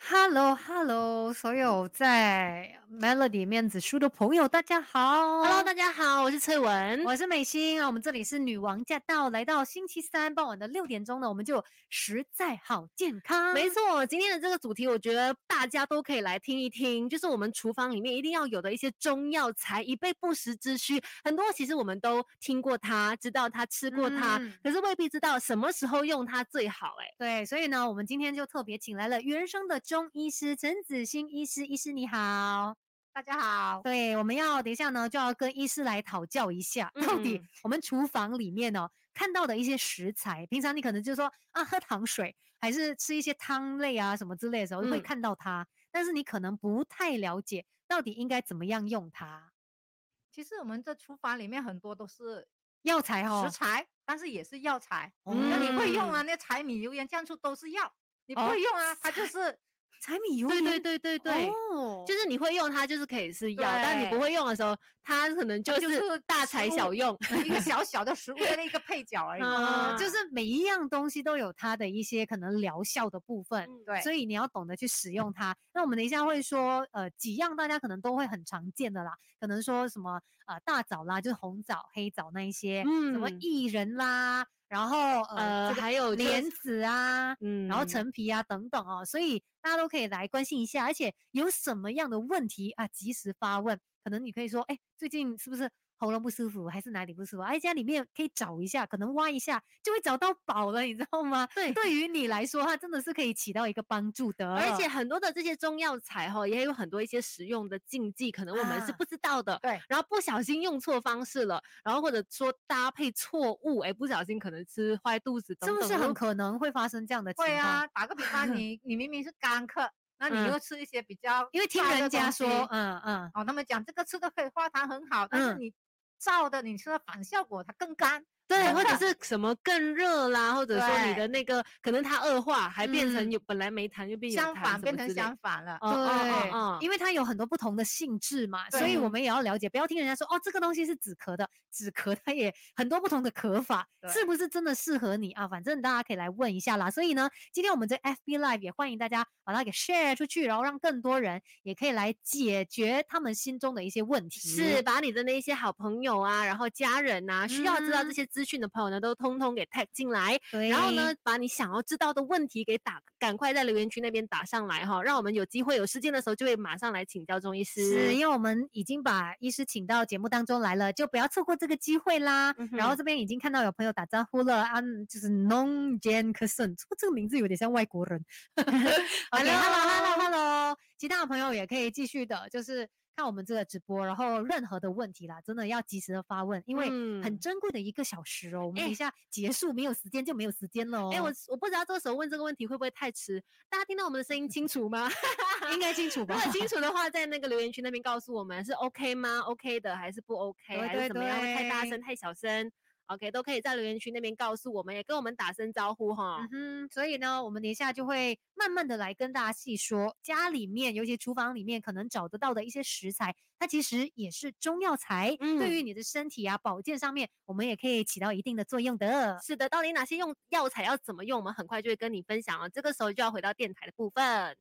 Hello，所有在 Melody 面子书的朋友，大家 Hello， 好， 大家好，我是翠文。 我是美心啊。我们这里是女王驾到，来到星期三傍晚的6点钟呢，我们就实在好健康。 没错，今天的这个主题，我觉得大家都可以来听一听，就是我们厨房里面一定要有的一些中药材，以备不时之需。很多其实我们都听过它，知道它，吃过它， 嗯， 可是未必知道什么时候用它最好。 对，所以呢，我们今天就特别请来了原生的中医师陈子欣医师，医师你好。 大家好。 对，我们要等一下呢，就要跟医师来讨教一下，到底嗯， 我们厨房里面呢看到的一些食材，平常你可能就说啊喝糖水，还是吃一些汤类啊什么之类的时候会嗯， 看到它，但是你可能不太了解到底应该怎么样用它。 其实我们这厨房里面很多都是药材哦， 食材，但是也是药材。那你会用嗯， 啊，那柴米油盐酱醋都是药，你不哦， 会用啊，它就是柴米油对对盐， 对对对， 哦， 就是你会用它，就是可以是药，但你不对， 会用的时候，它可能就是它就是大材食物， 小用。 一个小小的食物的一个配角而已。 嗯就是每一样东西都有它的一些可能疗效的部分， 嗯， 对， 所以你要懂得去使用它。那我们等一下会说，几样大家可能都会很常见的啦，可能说什么大枣啦，就是红枣、黑枣那一些，什么嗯。 薏仁啦，然后这个还有就是莲子啊，然后嗯， 陈皮啊等等哦，所以大家都可以来关心一下，而且有什么样的问题啊，及时发问。可能你可以说，哎，最近是不是喉咙不舒服，还是哪里不舒服？哎，家里面可以找一下，可能挖一下就会找到宝了，你知道吗？ 对， 对于你来说，它真的是可以起到一个帮助而且的很多的这些中药材哈，也有很多一些食用的禁忌，可能我们是啊。 不知道的， 对， 然后不小心用错方式了，然后或者说搭配错误，哎，不小心可能吃坏肚子是不是等等的都很可能会发生这样的情况？ 会啊。打个比方，你明明是干咳，那你嗯， 又吃一些比较因为听燥的人家说， 东西，哦，他们讲这个吃的可以化痰很好，但是嗯， 你燥的你吃了反效果，它更干。 对，或者更咳。 是什么更热啦，或者说你的对， 那个可能它恶化，还变成嗯。 本来没痰就变有相痰反变成什么之类。 相反了。 哦哦哦对， 哦， 因为它有很多不同的性质嘛，所以对我嗯， 们也要了解，不要听人家说哦，这个东西是止咳的，止咳它也很多不同的咳法，是对。 不是真的适合你啊？反正大家可以来问一下啦。所以呢，今天我们这 FB Live 也欢迎大家把它给 share 出去，然后让更多人也可以来解决他们心中的一些问是题。 把你的那些好朋友啊，然后家人呐，需要知道这嗯， 些资讯的朋友呢，都通通给 tag 进来。然后呢， 对。 把你想要知道的问题赶快在留言区那边打上来哈，让我们有机会有时间的时候就会马上来请教中医是， 师。 因为我们已经把医师请到节目当中来了，就不要错过这个机会啦。 嗯哼， 然后这边已经看到有朋友打招呼了，就是 Non Jan Person，这个名字有点像外国人。OK，Hello，Hello，Hello，其他的朋友也可以继续的，就是看我们这个直播，然后任何的问题啦，真的要及时的发问，因为很嗯， 珍贵的1个小时哦。我们等一哎、 下结束没有时间就没有时间了哎、我哦， 我不知道这个时候问这个问题会不会太迟，大家听到我们的声音清楚吗？ 应该清楚如吧？ 果清楚的话，在那个留言区那边告诉我们是 OK 吗？OK 的还是不 OK， 对对还是怎么样？会太大对。 声、太小声？OK，都可以在留言区那边告诉我们，也跟我们打声招呼哈。 嗯哼，所以呢，我们等一下就会慢慢的来跟大家细说，家里面尤其厨房里面可能找得到的一些食材，它其实也是中药材，对于嗯， 你的身体啊保健上面，我们也可以起到一定的作用的。 是的，到底哪些用药材要怎么用，我们很快就会跟你分享了。这个时候就要回到电台的部分。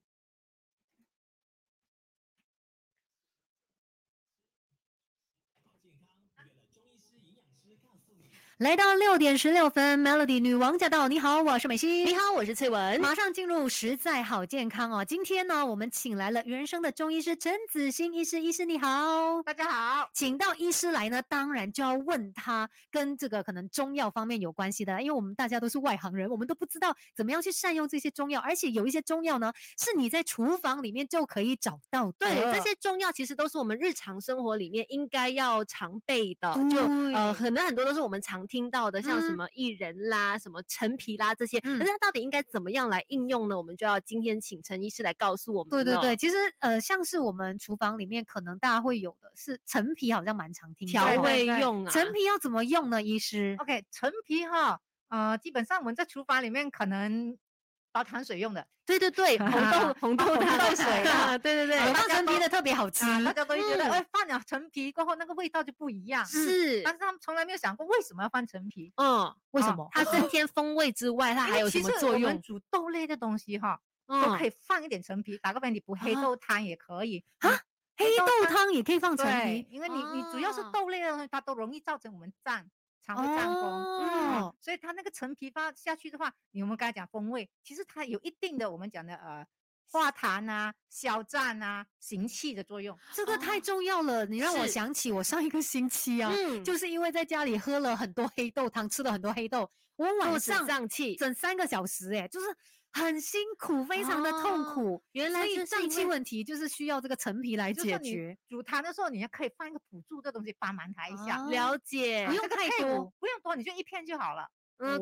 来到6点16分，Melody 女王驾到！你好，我是美心。 你好，我是翠文。 马上进入实在好健康哦。今天呢，我们请来了原生的中医师陈子欣医师，医师你好。 大家好。 请到医师来呢，当然就要问他跟这个可能中药方面有关系的，因为我们大家都是外行人，我们都不知道怎么样去善用这些中药，而且有一些中药呢，是你在厨房里面就可以找到的。 对，这些中药其实都是我们日常生活里面应该要常备的， 对， 可能很多都是我们常听到的，像什嗯么薏仁啦、什么陈皮啦这些，可是嗯。 它到底应该怎么样来应用呢？我们就要今天请陈医师来告诉我们对对对， 了。 其实像是我们厨房里面可能大家会有的是陈皮，好像蛮常听到调哦。 味用啊， 陈皮要怎么用呢？医师？ OK，陈皮哈，基本上我们在厨房里面可能煲糖水用的。 对对对，红豆红汤豆水啊， 啊。 对对对， 有放大家都陈皮的特别好吃。 大家都会觉得， 嗯放了陈皮过后那个味道就不一样。 是， 但是他们从来没有想过为什么要放陈皮。 嗯， 为什么？ 它增添风味之外，它因还有什么为其实我们作用？ 煮豆类的东西哈， 都可以放一点陈皮，打个比方，你补黑豆汤也可以。 黑豆汤也可以放陈对， 皮因为你主要是豆类的东西，它都容易造成我们肠胃胀风。所以它那个陈皮放下去的话，我们刚才讲风味，其实它有一定的我们讲的化痰啊、消胀啊、行气的作用。 这个太重要了，你让我是想起我上一个星期啊，就是因为在家里喝了很多黑豆汤，吃了很多黑豆，我晚上胀气整3个小时，就是很辛苦，非常的痛苦。 原来所以胀就是因为气问题就是需要这个陈皮来就是说你解决。 煮汤的时候，你也可以放一个辅助的东西帮忙它一下。 了解， 不用这个太多配伍不用多，你就1片就好了。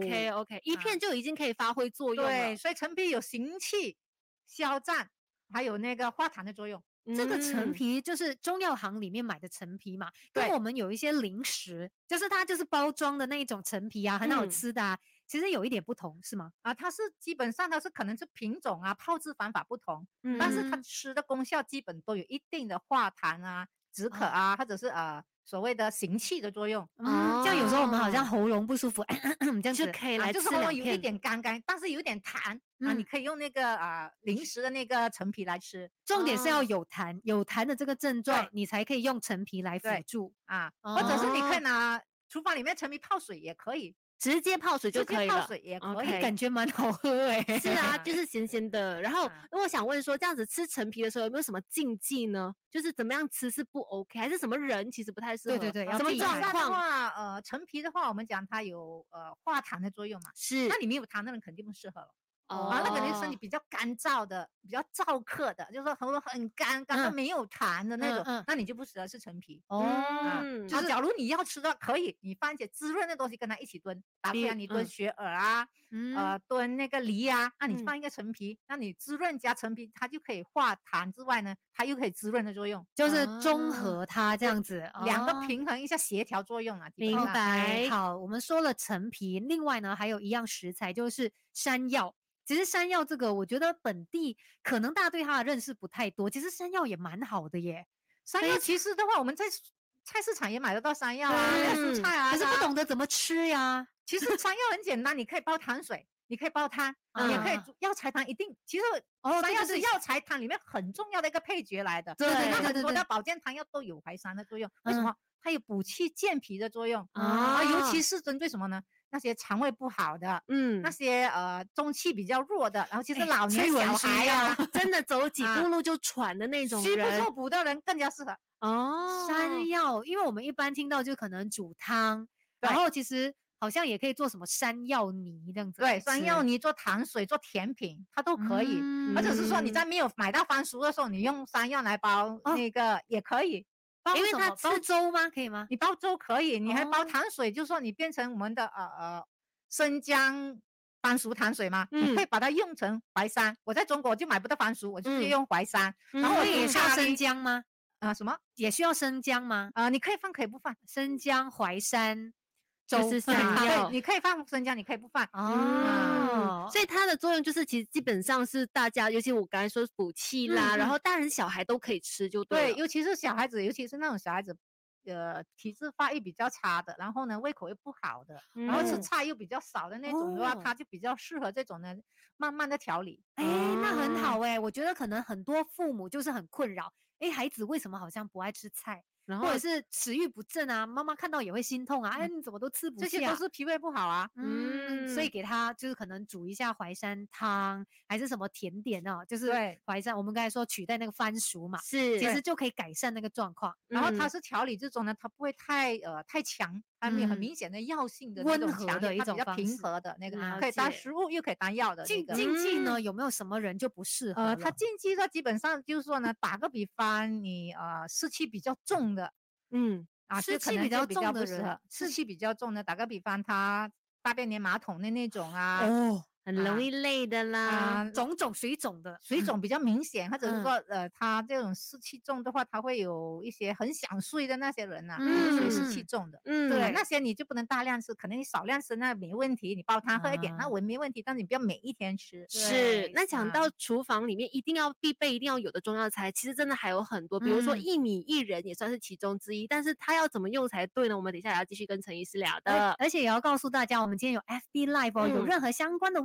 OK，一片就已经可以发挥作用了。 对，所以陈皮有行气、消胀，还有那个化痰的作用。 这个陈皮就是中药行里面买的陈皮嘛，跟对我们有一些零食，就是它就是包装的那一种陈皮啊，很好吃的啊，其实有一点不同，是吗？ 它是基本上它是可能是品种啊、泡制方法不同，但是它吃的功效基本都有一定的化痰啊、止渴啊，或者是所谓的行气的作用。 像有时候我们好像喉咙不舒服，这样子就可以来吃就是喉咙有一 2片。 点干，但是有点痰你可以用那个零食的那个陈皮来吃。 重点是要有痰，有痰的这个症状对， 你才可以用陈皮来辅助。 或者是你可以拿厨房里面陈皮泡水也可以， 直接泡水就可以了。 直接泡水也可以， 感觉蛮好喝是啊，就是咸咸的。然后我想问说，这样子吃陈皮的时候有没有什么禁忌呢？就是怎么样吃是不 OK，还是什么人其实不太适合？ 对， 什么状况的话，陈皮的话，我们讲它有化痰的作用嘛， 是， 那你没有痰的人肯定不适合了。 那肯定是身体比较干燥的、比较燥渴的，就是说喉咙很干到没有痰的那种，那你就不适合吃陈皮。就是假如你要吃的可以，你放一些滋润的东西跟它一起炖，打比方你炖雪耳炖那个梨啊，那你放一个陈皮，那你滋润加陈皮，它就可以化痰之外呢，它又可以滋润的作用， 就是中和它这样子， 两个平衡一下协调作用啊。 明白。好，我们说了陈皮，另外呢还有一样食材就是山药。其实山药这个，我觉得本地可能大家对它的认识不太多。其实山药也蛮好的耶。 山药其实的话，我们在菜市场也买得到山药蔬菜啊， 可是不懂得怎么吃呀。 其实山药很简单，你可以煲糖水，你可以煲汤，也可以煮药材汤。一定，其实山药是药材汤里面很重要的一个配角来的。 对， 很多的保健汤药都有淮山的作用。为什么？它有补气健脾的作用尤其是针对什么呢？那些肠胃不好的，那些中气比较弱的，然后其实老年小孩啊， 真的走几步路就喘的那种人， 虚不受补的人更加适合。 山药，因为我们一般听到就可能煮汤，然后其实好像也可以做什么山药泥这样子。 对，山药泥做糖水、做甜品，它都可以。或者是说你在没有买到番薯的时候，你用山药来煲那个也可以。 因为它煲粥吗？可以吗？ 你煲粥可以，你还煲糖水，就是说你变成我们的生姜番薯糖水嘛，你可以把它用成淮山。我在中国就买不到番薯，我就直接用淮山。然后也需要生姜吗？ 什么也需要生姜吗？ 你可以放，可以不放。 生姜、淮山。 就是山药， 你可以放生姜，你可以不放所以它的作用就是其实基本上是大家，尤其我刚才说补气啦，然后大人小孩都可以吃就对了。 对，尤其是小孩子，尤其是那种小孩子体质发育比较差的，然后呢胃口又不好的，然后吃菜又比较少的那种的话，它就比较适合这种的慢慢的调理。 那很好我觉得可能很多父母就是很困扰，孩子为什么好像不爱吃菜？或者是食欲不振啊，妈妈看到也会心痛啊，你怎么都吃不下？ 这些都是脾胃不好啊。 所以给他就是可能煮一下淮山汤，还是什么甜点就是淮山，我们刚才说取代那个番薯嘛，其实就可以改善那个状况。 然后它是调理之中呢，它不会太强，它没有很明显的药性的温和的一种比较平和的那个，可以当食物又可以当药的那个。 禁忌呢有没有什么人就不适合？ 它禁忌的基本上就是说呢，打个比方，你湿气比较重的， 湿气比较重的人， 湿气比较重的，打个比方，他大便连马桶的那种很容易累的啦， 水肿的， 水肿比较明显，或者是说他这种湿气重的话，他会有一些很想睡的那些人所以湿气重的，对，那些你就不能大量吃，可能你少量吃那没问题，你煲汤喝一点那我没问题，但是你不要每一天吃。 是，那讲到厨房里面一定要必备、一定要有的中药材，其实真的还有很多，比如说薏米、薏仁也算是其中之一，但是它要怎么用才对呢？我们等一下也要继续跟陈医师聊的， 而且也要告诉大家，我们今天有 FB Live 有任何相关的问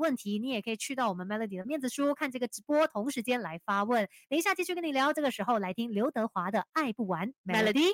问题，你也可以去到我们 Melody 的面子书看这个直播，同时间来发问。等一下继续跟你聊，这个时候来听刘德华的《爱不完》Melody。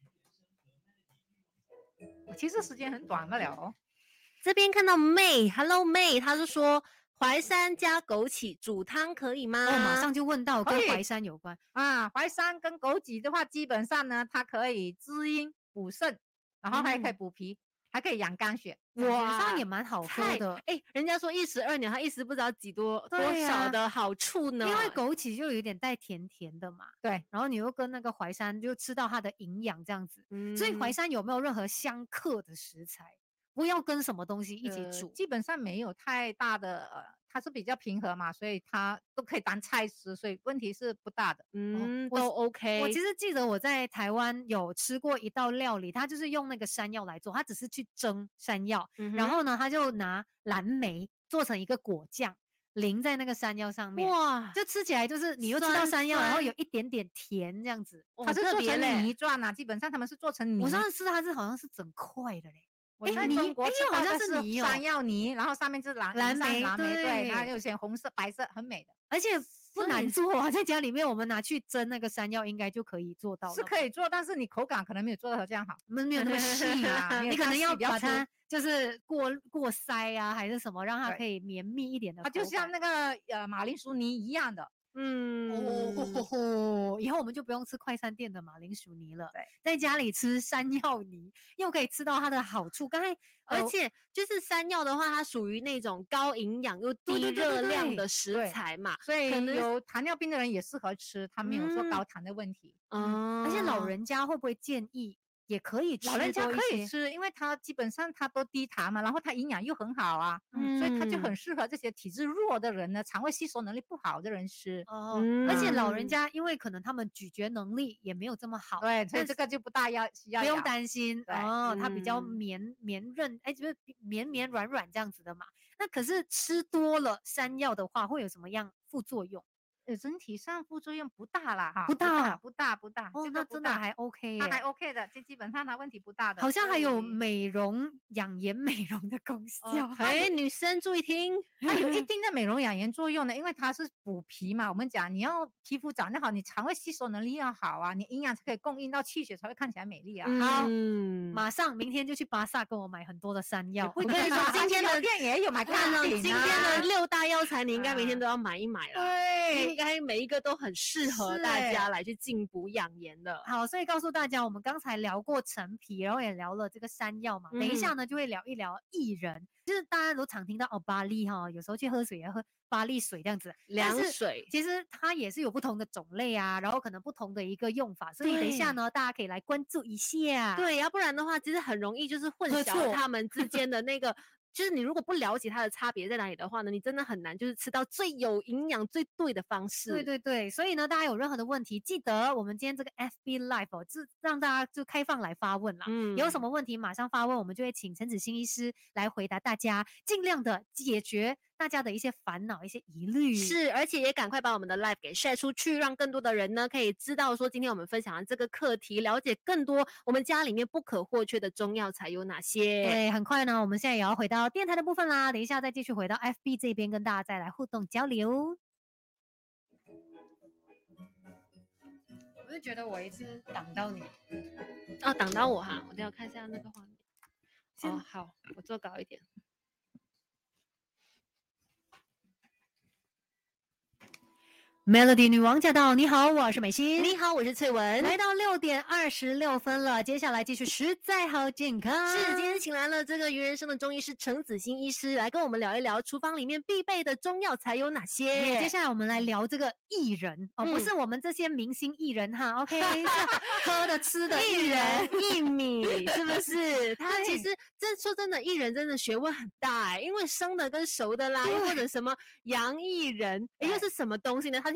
其实时间很短不了哦。 这边看到 May，Hello May， 他是说淮山加枸杞煮汤可以吗？ 马上就问到跟淮山有关啊。淮山跟枸杞的话，基本上呢，它可以滋阴补肾，然后还可以补脾，还可以养肝血。 哇，上也蛮好喝的。 人家说12年，他一时不知道多少的好处呢。 因为枸杞就有点带甜甜的嘛， 对， 然后你又跟那个淮山就吃到它的营养这样子。所以淮山有没有任何相克的食材？不要跟什么东西一起煮？ 基本上没有太大的它是比较平和嘛，所以它都可以当菜吃，所以问题是不大的。 都 OK。 我其实记得我在台湾有吃过一道料理，它就是用那个山药来做，它只是去蒸山药，然后呢，他就拿蓝莓做成一个果酱，淋在那个山药上面，哇，就吃起来就是你又吃到山药，然后有一点点甜这样子。 它是做成泥状啊，基本上他们是做成泥。 我上次吃它是好像是整块的嘞。 中国好像是泥山药泥，然后上面是蓝莓，对，然后有些红色、白色，很美的， 而且不难做啊，在家里面我们拿去蒸那个山药，应该就可以做到了。 是可以做，但是你口感可能没有做到这样好， 没有那么细啊，你可能要把它就是过筛啊，还是什么，让它可以绵密一点的。 它就像那个马铃薯泥一样的。 以后我们就不用吃快餐店的马铃薯泥了，在家里吃山药泥，又可以吃到它的好处。刚才而且就是山药的话，它属于那种高营养又低热量的食材嘛， 所以有糖尿病的人也适合吃，它没有说高糖的问题。 而且老人家会不会建议？也可以吃， 老人家可以吃，因为它基本上它都低糖嘛，然后它营养又很好啊，所以它就很适合这些体质弱的人呢，肠胃吸收能力不好的人吃。 而且老人家因为可能他们咀嚼能力也没有这么好， 对，所以这个就不大要不用担心它比较绵韧，就是绵软这样子的嘛。那可是吃多了山药的话，会有什么样副作用？ 整体上副作用不大啦哈， 不大， 那真的还 OK 它还 OK 的，基本上它问题不大的。 好像还有美容养颜美容的功效。 女生注意听， 它有一定的美容养颜作用的，因为它是补脾嘛。我们讲你要皮肤长得好，你肠胃吸收能力要好啊，你营养才可以供应到气血，才会看起来美丽啊。 好，马上明天就去巴萨跟我买很多的山药。 我跟你说，今天的店也有买过， 今天的6大药材你应该每天都要买一买了。对。应该每一个都很适合大家来去进补养颜的。 好，所以告诉大家，我们刚才聊过陈皮，然后也聊了这个山药嘛。等一下呢，就会聊一聊薏仁，就是大家都常听到巴利哈，有时候去喝水也喝巴利水这样子， 凉水。 其实它也是有不同的种类啊，然后可能不同的一个用法，所以等一下呢，大家可以来关注一下。 对，要不然的话，其实很容易就是混淆他们之间的那个。就是你如果不了解它的差别在哪里的话呢，你真的很难就是吃到最有营养最对的方式。 对，所以呢，大家有任何的问题，记得我们今天这个 FB Live 是让大家就开放来发问啦。有什么问题马上发问，我们就会请陈子欣医师来回答大家，尽量的解决大家的一些烦恼、一些疑虑。 是，而且也赶快把我们的 Live 给 share 出去，让更多的人呢可以知道说今天我们分享的这个课题，了解更多我们家里面不可或缺的中药材有哪些。 对，很快呢，我们现在也要回到电台的部分啦，等一下再继续回到 FB 这边跟大家再来互动交流。我就觉得我一直挡到你， 挡到我哈，我都要看一下那个画面。好，我坐高一点。 Melody 女王驾到！你好，我是美心。 你好，我是翠文。 来到6点26分了，接下来继续实在好健康。 是，今天请来了这个鱼人生的中医师陈子欣医师来跟我们聊一聊厨房里面必备的中药材有哪些。 接下来我们来聊这个薏仁不是我们这些明星艺人哈 ，OK， 是喝的吃的薏仁薏米，是不是？它其实说真的，薏仁真的学问很大因为生的跟熟的啦，又或者什么洋薏仁，又是什么东西呢？它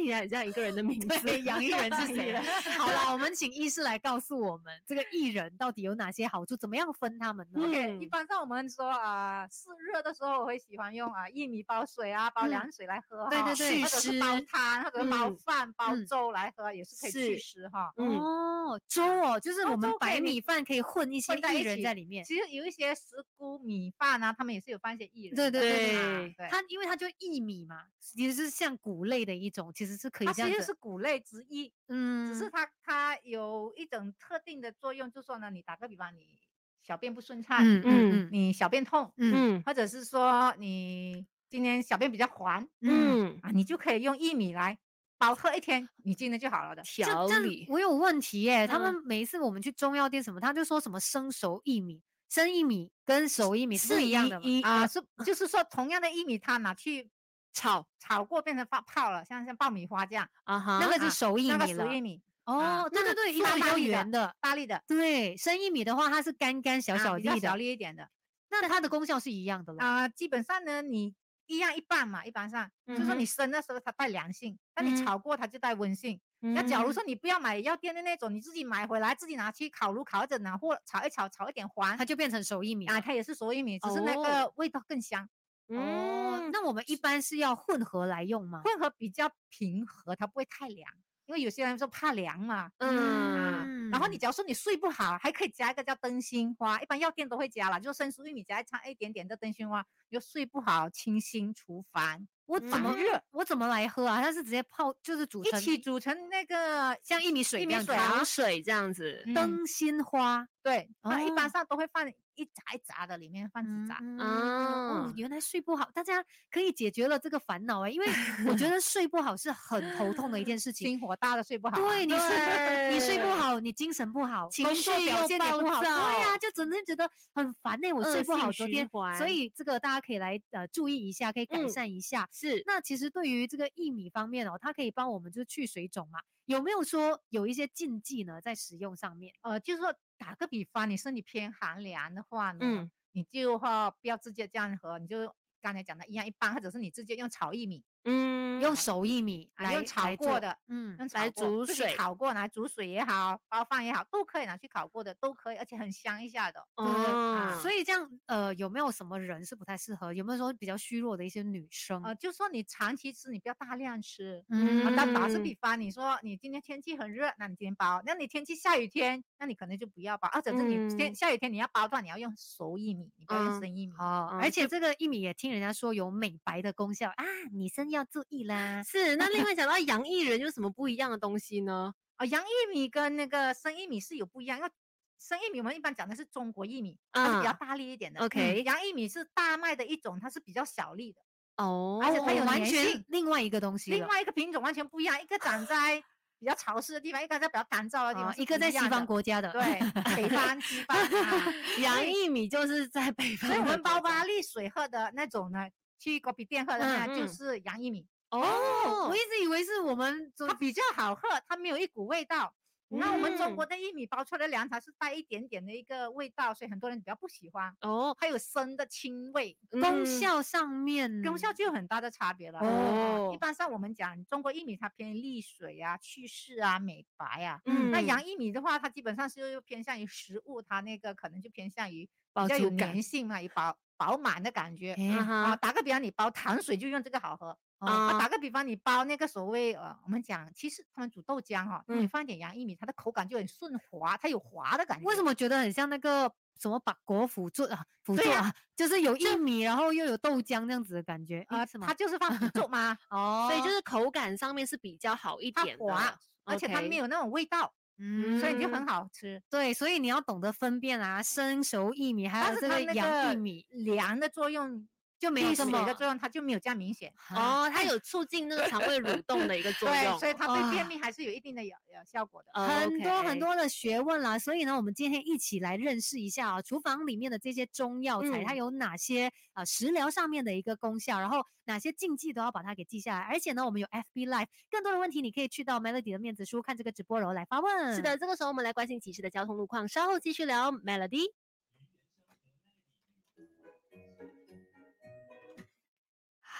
起来很像一个人的名字。 对，杨艺人是谁？好啦，我们请医师来告诉我们，这个薏仁到底有哪些好处，怎么样分它们呢 ？OK，一般上我们说是热的时候，我会喜欢用薏米煲水煲凉水来喝， 对对对， 或者是煲汤，或者煲饭、煲粥来喝，也是可以祛湿哈。 粥就是我们白米饭可以混一些薏仁在里面。 其实有一些石菇米饭他们也是有放一些薏仁。 对对对，它因为它就薏米嘛，其实是像谷类的一种，其实是可以这样子。 它其实是谷类之一，只是它有一种特定的作用，就是说呢，你打个比方，你小便不顺畅，你小便痛，或者是说你今天小便比较黄，你就可以用薏米来煲喝一天，你今天就好了的调理。 我有问题耶，他们每一次我们去中药店什么，他就说什么生熟薏米。生薏米跟熟薏米是不一样的吗？就是说同样的薏米，它拿去炒过变成泡了，像爆米花这样那个是熟薏米了。 那个熟薏米对对对，一个比较圆的大粒的。 对，生薏米的话，它是干小粒的， 小粒一点的。 那它的功效是一样的了基本上呢，你一样一半嘛，一般上就是说你生的时候它带凉性，但你炒过它就带温性。那假如说你不要买药店的那种，你自己买回来自己拿去烤炉烤着呢，或炒一炒炒一点黄， 它就变成熟薏米它也是熟薏米，只是那个味道更香。 那我们一般是要混合来用吗？ 混合比较平和，它不会太凉，因为有些人说怕凉嘛。然后你假如说你睡不好，还可以加一个叫灯芯花，一般药店都会加啦，就是生熟薏米加一点点的灯芯花，又睡不好清心除烦。 我怎么来喝啊？它是直接泡，就是煮成一起煮成那个像薏米水糖水这样子。 灯芯花， 对，一般上都会放一杂一杂的，里面放几杂。 原来睡不好，大家可以解决了这个烦恼因为我觉得睡不好是很头痛的一件事情， 心火大的睡不好。 对，你睡不好，你精神不好， 情绪表现也不好，对呀，就整天觉得很烦我睡不好，昨天，所以这个大家可以来注意一下，可以改善一下。 是， 那其实对于这个薏米方面它可以帮我们就是去水肿嘛，有没有说有一些禁忌呢？在使用上面？ 就是说打个比方，你身体偏寒凉的话呢，你就不要直接这样喝，你就刚才讲的一样一半，或者是你直接用炒薏米， 用熟薏米用炒过的， 来煮水， 炒过拿煮水也好，煲饭也好，都可以拿去烤过的，都可以，而且很香一下的。 所以这样有没有什么人是不太适合？有没有说比较虚弱的一些女生？ 就是说你长期吃，你不要大量吃。打个比方，你说你今天天气很热，那你今天煲；那你天气下雨天，那你可能就不要煲。或者是你下雨天你要煲的话，你要用熟薏米，你不要用生薏米。 而且这个薏米也听人家说有美白的功效女生要注意啦。 是，那另外讲到洋薏仁有什么不一样的东西呢？ 洋薏米跟那个生薏米是有不一样，因为生薏米我们一般讲的是中国薏米，它是比较大粒一点的。 OK， 洋薏米是大麦的一种，它是比较小粒的。 而且它有完全另外一个东西， 另外一个品种完全不一样，一个长在比较潮湿的地方，一个在比较干燥的地方， 一个在西方国家的， 对，北方、西方洋薏米就是在北方， 所以我们煲8粒水喝的那种呢，去果皮店喝的那就是洋薏米。 我一直以为是我们它比较好喝，它没有一股味道。那我们中国的薏米煲出来的凉茶是带一点点的一个味道，所以很多人比较不喜欢。还有生的清味， 功效上面功效就有很大的差别了。一般上我们讲中国薏米它偏利水去湿美白那洋薏米的话，它基本上是又偏向于食物，它那个可能就偏向于比较有粘性嘛，有饱满的感觉。打个比方，你煲糖水就用这个好喝。打个比方，你煲那个所谓我们讲，其实他们煮豆浆你放一点洋薏米，它的口感就很顺滑，它有滑的感觉。 为什么觉得很像那个什么把果辅助就是有薏米，然后又有豆浆这样子的感觉它就是放辅助嘛。 所以就是口感上面是比较好一点的， 它滑，而且它没有那种味道。所以就很好吃。 对，所以你要懂得分辨生熟薏米还有这个洋薏米， 凉的作用就没有这么的作用，它就没有这样明显。 它有促进那个肠胃蠕动的一个作用。 对，所以它对便秘还是有一定的效果的。 很多的学问啦，所以呢，我们今天一起来认识一下厨房里面的这些中药材，它有哪些食疗上面的一个功效，然后哪些禁忌都要把它给记下来。而且呢，我们有 FB Live， 更多的问题你可以去到 Melody 的面子书看这个直播，然后来发问。 是的，这个时候我们来关心集市的交通路况，稍后继续聊 Melody。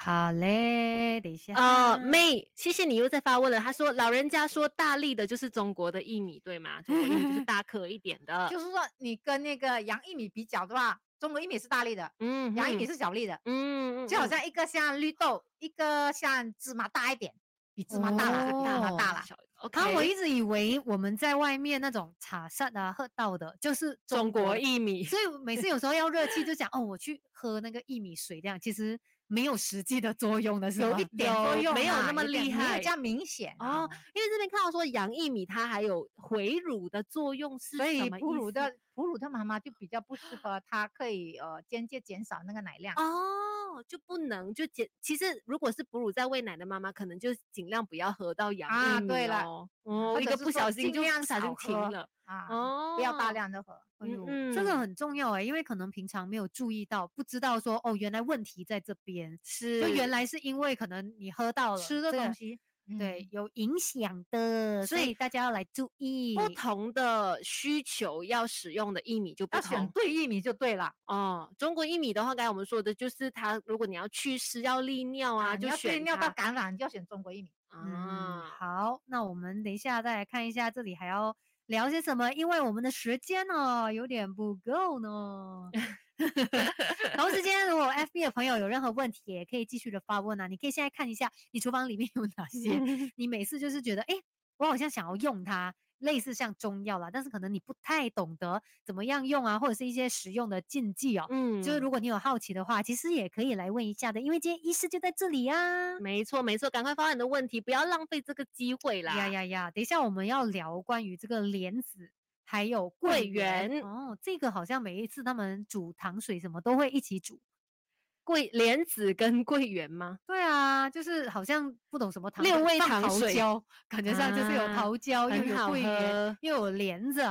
好嘞，等一下。 妹，谢谢你又在发问了。他说老人家说大粒的就是中国的薏米，对吗？中国薏米就是大颗一点的。 就是说你跟那个洋薏米比较的话，中国薏米是大粒的，洋薏米是小粒的。就好像一个像绿豆，一个像芝麻大一点，比芝麻大了，比芝麻大了。 我一直以为我们在外面那种茶室啊喝到的就是中国薏米， 所以每次有时候要热气就讲我去喝那个薏米水这样，其实没有实际的作用的是吗？ 有一点作用， 没有那么厉害， 没有这样明显因为这边看到说洋薏米它还有回乳的作用，是所以哺乳的妈妈就比较不适合，它可以间接减少那个奶量就不能其实如果是哺乳在喂奶的妈妈，可能就尽量不要喝到洋薏米对了， 一个不小心就停了不要大量的喝。 这个很重要因为可能平常没有注意到，不知道说原来问题在这边，就原来是因为可能你喝到了吃的东西。 对，有影响的，所以大家要来注意。 不同的需求要使用的薏米就不同， 要选对薏米就对了。 中国薏米的话，刚才我们说的就是它，如果你要去湿要利尿就选尿道感染，就要选中国薏米。 好，那我们等一下再来看一下这里还要聊些什么，因为我们的时间呢有点不够呢。同时间，如果 FB 的朋友有任何问题，也可以继续的发问你可以现在看一下你厨房里面有哪些，你每次就是觉得我好像想要用它，类似像中药啦，但是可能你不太懂得怎么样用或者是一些实用的禁忌就是如果你有好奇的话，其实也可以来问一下的，因为今天医师就在这里没错没错，赶快发问你的问题，不要浪费这个机会啦。 等一下我们要聊关于这个莲子还有桂圆这个好像每一次他们煮糖水什么都会一起煮。 莲子跟桂圆吗？ 对啊，就是好像不懂什么糖 6味糖水， 感觉上就是有桃胶，又有桂圆，又有莲子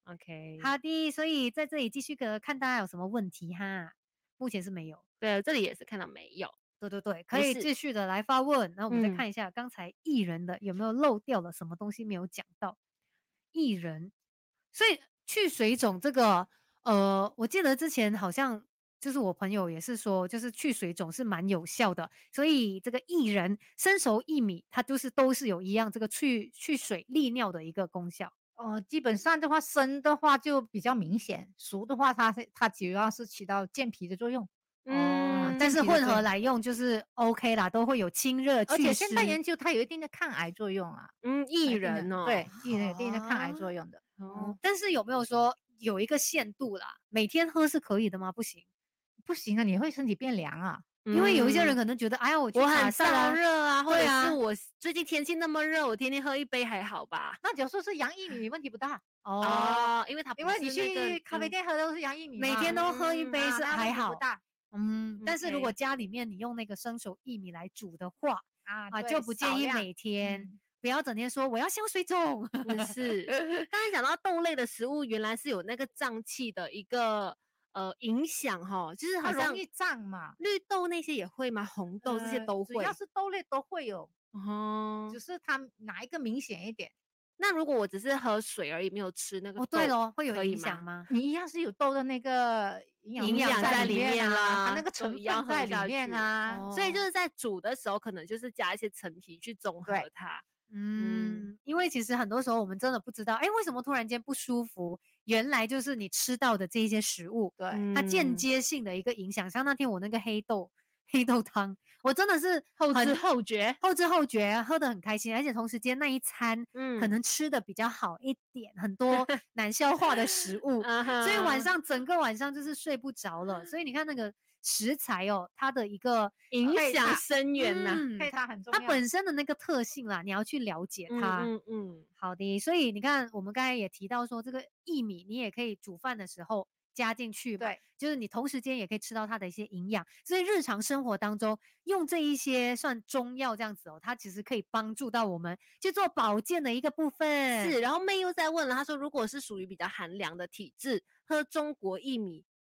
OK， 好的，所以在这里继续看大家有什么问题目前是没有。 对，这里也是看到没有。 对，可以继续的来发问。那我们再看一下刚才薏仁的有没有漏掉了什么东西没有讲到。薏仁，所以去水肿这个，我记得之前好像就是我朋友也是说，就是去水肿是蛮有效的。所以这个薏仁、生熟薏米，它都是有一样这个去水利尿的一个功效。 基本上的话，生的话就比较明显，熟的话它主要是起到健脾的作用。 但是混合来用就是 OK 啦，都会有清热祛湿。 而且现在研究它有一定的抗癌作用薏仁对，薏仁有一定的抗癌作用的。 但是有没有说有一个限度啦？每天喝是可以的吗？不行， 不行你会身体变凉因为有一些人可能觉得，哎呀，我很燥热或者是我最近天气那么热，我天天喝一杯还好吧？ 那假如说是洋薏米，问题不大因为你去咖啡店喝都是洋薏米， 每天都喝一杯是还好。 不大。 但是如果家里面你用那个生熟薏米来煮的话就不建议每天。不要整天说我要消水肿。 是，刚才讲到豆类的食物，原来是有那个胀气的一个影响就是好像容易胀嘛。 绿豆那些也会吗？红豆这些都会？ 只要是豆类都会有，只是它哪一个明显一点。 那如果我只是喝水而已，没有吃那个豆， 对咯，会有影响吗？ 你一样是有豆的那个营养在里面它那个成分在里面所以就是在煮的时候，可能就是加一些陈皮去中和它。 因为其实很多时候我们真的不知道，为什么突然间不舒服？原来就是你吃到的这些食物， 对， 它间接性的一个影响。像那天我那个黑豆汤，我真的是后知后觉， 喝得很开心，而且同时间那一餐，可能吃的比较好一点，很多难消化的食物，所以整个晚上就是睡不着了。所以你看那个食材它的一个影响深远配它很重要。 它本身的那个特性啦，你要去了解它。好的，所以你看我们刚才也提到说，这个薏米你也可以煮饭的时候加进去， 对， 就是你同时间也可以吃到它的一些营养。所以日常生活当中用这一些算中药这样子它其实可以帮助到我们去做保健的一个部分。 是，然后妹又在问了，她说如果是属于比较寒凉的体质，喝中国薏米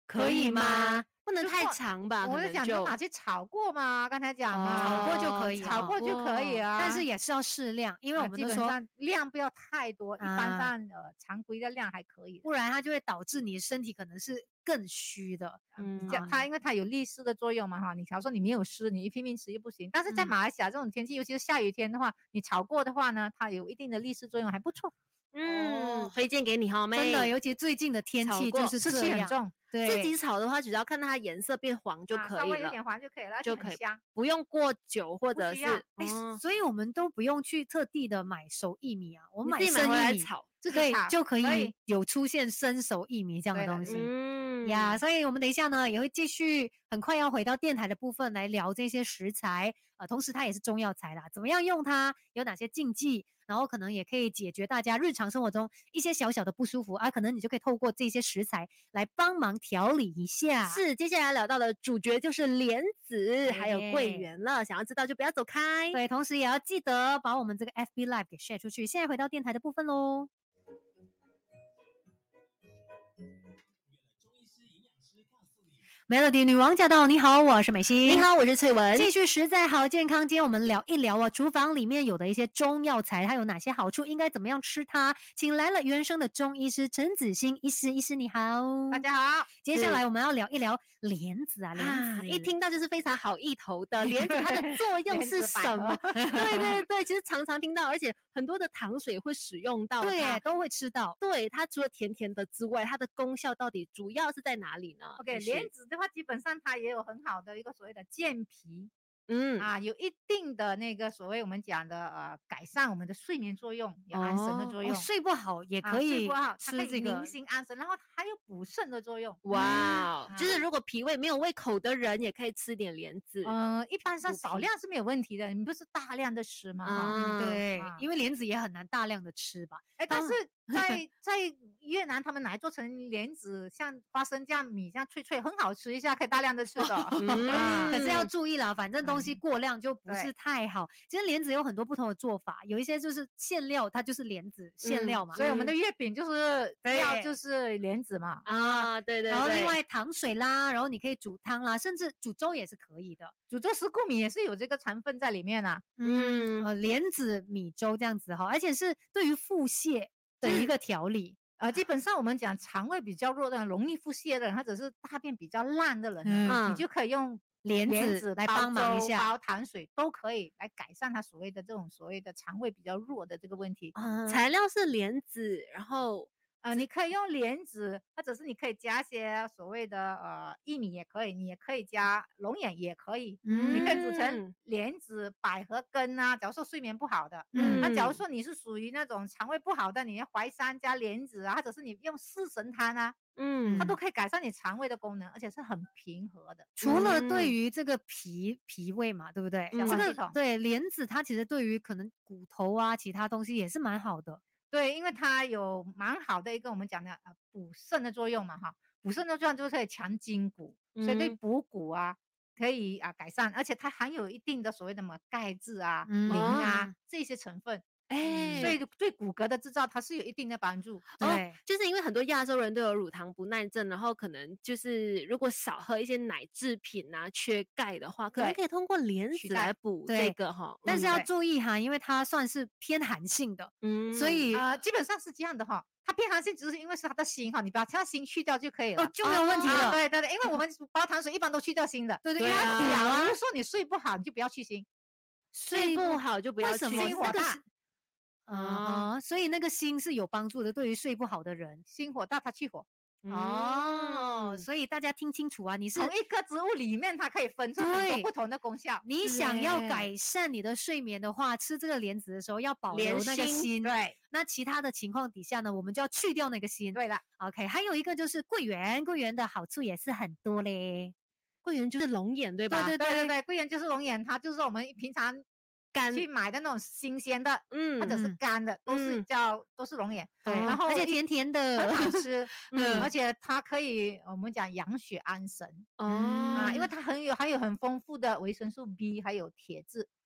可以吗？不能太长吧？ 我就讲就拿去炒过嘛，刚才讲嘛， 炒过就可以， 炒过就可以啊。 但是也是要适量，因为我们都说量不要太多，一般上常规的量还可以， 不然它就会导致你身体可能是更虚的。 因为它有利湿的作用嘛哈。你假如说你没有湿，你一拼命吃又不行。但是在马来西亚这种天气，尤其是下雨天的话，你炒过的话呢，它有一定的利湿作用，还不错。 推荐给你哈，妹。 真的，尤其最近的天气就是湿气很重。 对， 自己炒的话，只要看到它颜色变黄就可以了， 稍微有点黄就可以了，就很香， 不用过久或者是。 所以我们都不用去特地的买熟薏米啊，我们买生薏米炒， 对，就可以有出现生熟薏米这样的东西。呀，所以我们等一下呢也会继续，很快要回到电台的部分来聊这些食材，同时它也是中药材啦，怎么样用它，有哪些禁忌。然后可能也可以解决大家日常生活中一些小小的不舒服啊，可能你就可以透过这些食材来帮忙调理一下。 是，接下来聊到的主角就是莲子还有桂圆了，想要知道就不要走开。 对，同时也要记得把我们这个 FB Live 给 share 出去。现在回到电台的部分咯。Melody 女王驾到！你好，我是美心。 你好，我是翠文。 继续食材好健康，今天我们聊一聊啊，厨房里面有的一些中药材，它有哪些好处，应该怎么样吃它？请来了原生的中医师陈子欣医师，医师你好， 大家好。 接下来我们要聊一聊莲子啊，莲子一听到就是非常好意头的莲子，它的作用是什么？对，其实常常听到，而且很多的糖水会使用到它， 对，都会吃到。 对，它除了甜甜的之外，它的功效到底主要是在哪里呢 ？OK， 莲子的话，基本上它也有很好的一个所谓的健脾。有一定的那个所谓我们讲的改善我们的睡眠作用，有安神的作用。 睡不好也可以睡不好吃这个宁心安神，然后还有补肾的作用。 哇，就是如果脾胃没有胃口的人，也可以吃点莲子。 一般上少量是没有问题的，你不是大量的吃吗？ 对，因为莲子也很难大量的吃吧。 但是在越南他们拿来做成莲子，像花生酱米这样脆脆，很好吃一下，可以大量的吃的。 可是要注意啦，反正东西过量就不是太好。其实莲子有很多不同的做法，有一些就是馅料，它就是莲子馅料嘛。 所以我们的月饼就是料就是莲子嘛。 对。 然后另外糖水啦，然后你可以煮汤啦，甚至煮粥也是可以的。 煮粥石谷米也是有这个成分在里面啊。 莲子米粥这样子哈，而且是对于腹泻的一个调理。 基本上我们讲肠胃比较弱的人，容易腹泻的人，或者是大便比较烂的人，你就可以用莲子来帮忙一下， 煲糖水都可以来改善他所谓的这种所谓的肠胃比较弱的这个问题。 材料是莲子，然后你可以用莲子，或者是你可以加些所谓的薏米也可以，你也可以加龙眼也可以，你可以煮成莲子百合根啊。假如说睡眠不好的，那假如说你是属于那种肠胃不好的，你要淮山加莲子啊，或者是你用四神汤啊，它都可以改善你肠胃的功能，而且是很平和的。 除了对于这个脾胃嘛，对不对？这个对莲子它其实对于可能骨头啊其他东西也是蛮好的。 对，因为它有蛮好的一个我们讲的补肾的作用嘛哈，补肾的作用就是可以强筋骨，所以对补骨啊可以改善，而且它含有一定的所谓的什么钙质啊、磷啊这些成分。所以对骨骼的制造它是有一定的帮助。 对，就是因为很多亚洲人都有乳糖不耐症，然后可能就是如果少喝一些奶制品啊，缺钙的话，可能可以通过莲子来补这个哈。 但是要注意哈，因为它算是偏寒性的，所以基本上是这样的哈。它偏寒性只是因为是它的锌哈，你把它锌去掉就可以了， 就没有问题了。 对，因为我们煲糖水一般都去掉锌的。对，假如说你睡不好，你就不要去锌。 睡不好就不要去心火大。 所以那个锌是有帮助的，对于睡不好的人， 心火大它去火。 所以大家听清楚啊，你是同一棵植物里面它可以分出很多不同的功效。 你想要改善你的睡眠的话，吃这个莲子的时候要保留那个锌。 对， 那其他的情况底下呢，我们就要去掉那个锌。 对了 ，OK， 还有一个就是桂圆，桂圆的好处也是很多嘞。 桂圆就是龙眼对吧？ 对，桂圆就是龙眼，它就是我们平常去买的那种新鲜的，或者是干的，都是龙眼。 对， 然后而且甜甜的， 很好吃。而且它可以我们讲养血安神因为它含有很丰富的维生素 B 还有铁质。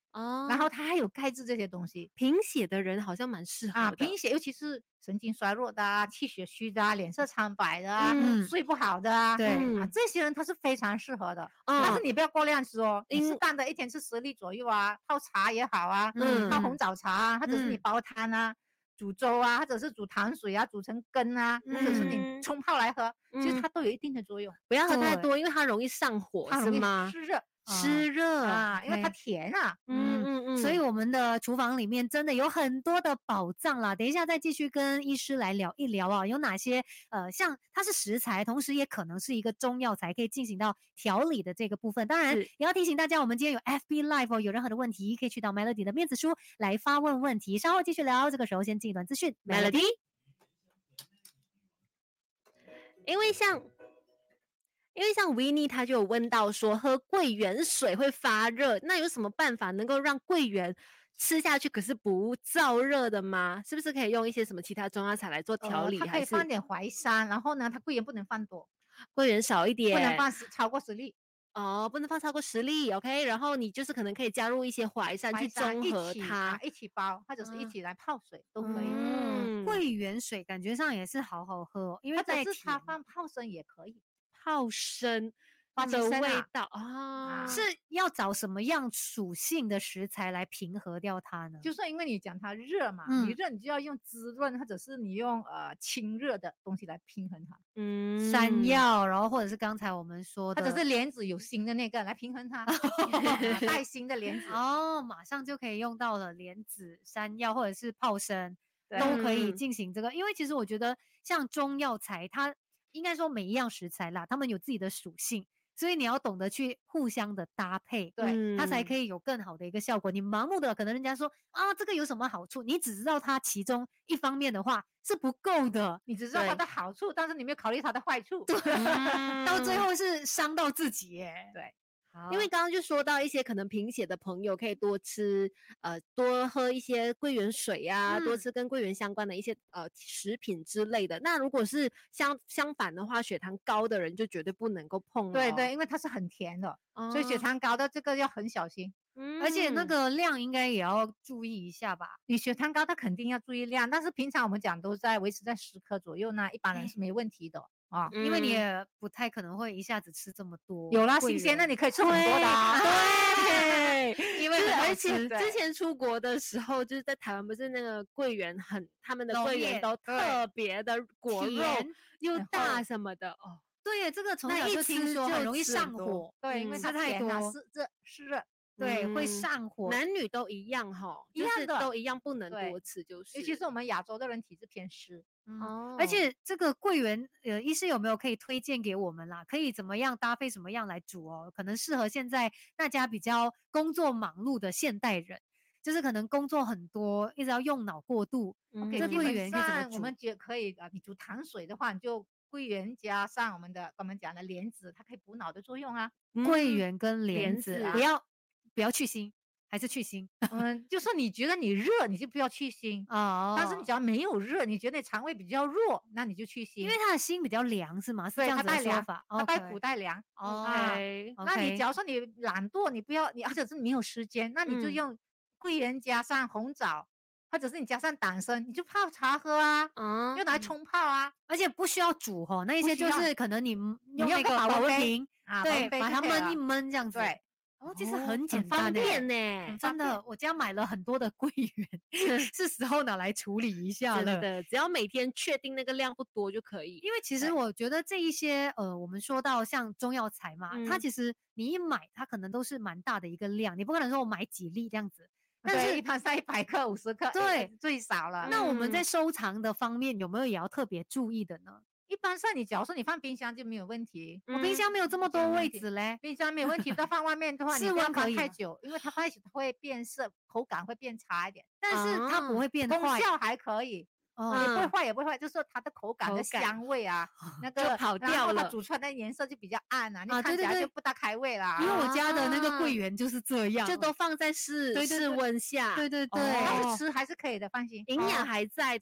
然后它还有钙质这些东西。 贫血的人好像蛮适合的。 贫血尤其是神经衰弱的啊、气血虚的啊、脸色苍白的啊、睡不好的啊， 对这些人他是非常适合的。但是你不要过量吃哦，你适当的一天吃10粒左右啊，泡茶也好啊，泡红枣茶啊，或者是你煲汤啊。煮粥啊，或者是煮糖水啊，煮成羹啊，或者是你冲泡来喝，其实它都有一定的作用。 不要喝太多，因为它容易上火，是吗？湿热啊，因为它甜啊。 所以我们的厨房里面真的有很多的宝藏啦。等一下再继续跟医师来聊一聊啊，有哪些像它是食材，同时也可能是一个中药材，可以进行到调理的这个部分。当然也要提醒大家，我们今天有 FB Live 哦，有任何的问题可以去到 Melody 的面子书来发问问题。稍后继续聊，这个时候先进一段资讯 ，Melody。因为像 Winnie 他就有问到说喝桂圆水会发热，那有什么办法能够让桂圆吃下去可是不燥热的吗？是不是可以用一些什么其他中药材来做调理？ 它可以放点淮山，然后呢，它桂圆不能放多， 桂圆少一点， 不能放超过10粒。 不能放超过10粒 ，OK。然后你就是可能可以加入一些淮山去中和它， 一起煲，或者是一起来泡水都可以。 桂圆水感觉上也是好好喝，因为或者是它放泡参也可以。 泡参的味道啊， 是要找什么样属性的食材来平和掉它呢？ 就是因为你讲它热嘛，你热你就要用滋润，或者是你用清热的东西来平衡它。 山药，然后或者是刚才我们说的， 或者是莲子有心的那个来平衡它，带心的莲子马上就可以用到了莲子、山药或者是泡参都可以进行这个。因为其实我觉得像中药材，它应该说每一样食材啦，它们有自己的属性，所以你要懂得去互相的搭配， 对， 它才可以有更好的一个效果。你盲目的可能人家说这个有什么好处，你只知道它其中一方面的话是不够的， 你只知道它的好处，但是你没有考虑它的坏处， 到最后是伤到自己耶。 对。 因为刚刚就说到一些可能贫血的朋友可以多吃多喝一些桂圆水啊，多吃跟桂圆相关的一些食品之类的。那如果是相反的话，血糖高的人就绝对不能够碰。 对对，因为它是很甜的，所以血糖高的这个要很小心。 而且那个量应该也要注意一下吧。 你血糖高，它肯定要注意量，但是平常我们讲都在维持在10克左右呢，一般人是没问题的。 因为你也不太可能会一下子吃这么多。 有啦，新鲜的你可以吃很多的对，因为而且之前出国的时候，就是在台湾，不是那个桂圆他们的桂圆都特别的果肉又大什么的哦。 对，这个从小就听说很容易上火， 对，因为它太多湿热。 对，会上火， 男女都一样一样的都一样，不能多吃就是。 尤其是我们亚洲的人体质偏湿。 而且这个桂圆，医师有没有可以推荐给我们啦？可以怎么样搭配什么样来煮哦？可能适合现在大家比较工作忙碌的现代人，就是可能工作很多，一直要用脑过度。这桂圆可以怎么煮？ 我们可以你煮糖水的话，你就桂圆加上我们讲的莲子，它可以补脑的作用啊。 桂圆跟莲子，不要去腥，还是去腥？ 就是你觉得你热，你就不要去腥但是你只要没有热，你觉得你肠胃比较弱，那你就去腥。 因为它的心比较凉，是吗？是这样子的说法。 它带苦带凉。那你假如说你懒惰，你不要或者是你没有时间，那你就用桂圆加上红枣，或者是你加上党参，你就泡茶喝啊，就拿来冲泡啊， 而且不需要煮那一些就是可能你用那个保温瓶对，把它焖一焖这样子。对。其实很简单， 方便呢， 真的，我家买了很多的桂圆，是时候拿来处理一下了。 真的，只要每天确定那个量不多就可以。 因为其实我觉得这一些我们说到像中药材嘛，它其实你一买，它可能都是蛮大的一个量，你不可能说我买几粒这样子。 但是一盘塞100克、50克，对，最少了。 那我们在收藏的方面有没有也要特别注意的呢？ 一般上你假如说你放冰箱就没有问题， 我冰箱没有这么多位置嘞， 冰箱没有问题，但放外面的话，你不要放太久，因为它放太久会变色，口感会变差一点， 但是它不会变坏， 功效还可以，也不会坏，就是它的口感的香味啊，那个跑掉了， 它煮出来的颜色就比较暗啊，你看起来就不大开胃啦。 因为我家的那个桂圆就是这样， 就都放在室温下， 对， 但是吃还是可以的，放心， 营养还在的。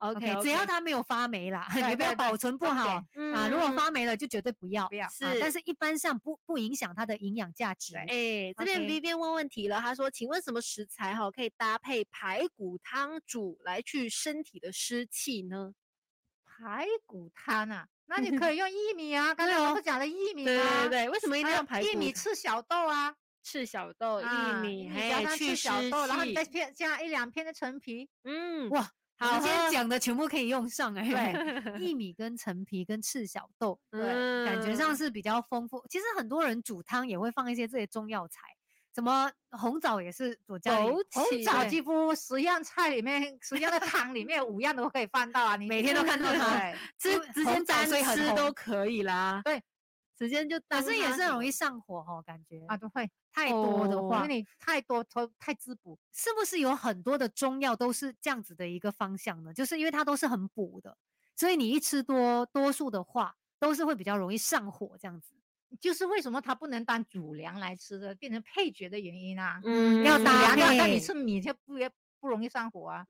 OK， 只要它没有发霉啦， 对你不要保存不好啊。如果发霉了就绝对不要， 是， 但是一般上不影响它的营养价值。 这边 Vivian 问问题了，他说，请问什么食材可以搭配排骨汤煮来去身体的湿气呢？ 排骨汤啊，那你可以用薏米啊，刚才我不讲了薏米吗？ 对，为什么一定要排骨？ 薏米赤小豆啊， 赤小豆、薏米， 加上赤小豆，然后你再加1-2片的陈皮。 哇，我们今天讲的全部可以用上对，薏米跟陈皮跟赤小豆，对，感觉上是比较丰富。其实很多人煮汤也会放一些这些中药材。什么红枣也是我家里， 红枣几乎10样菜里面，10样的汤里面5样都可以放到啊，你每天都看到它， 直接单吃都可以啦。对，直接就， 可是也是很容易上火感觉啊，都会太多的话， 因为你太多太滋补， 是不是有很多的中药都是这样子的一个方向呢？就是因为它都是很补的，所以你一吃多数的话，都是会比较容易上火这样子。 就是为什么它不能当主粮来吃的，变成配角的原因啊。 要搭配， 那你吃米就不容易上火啊。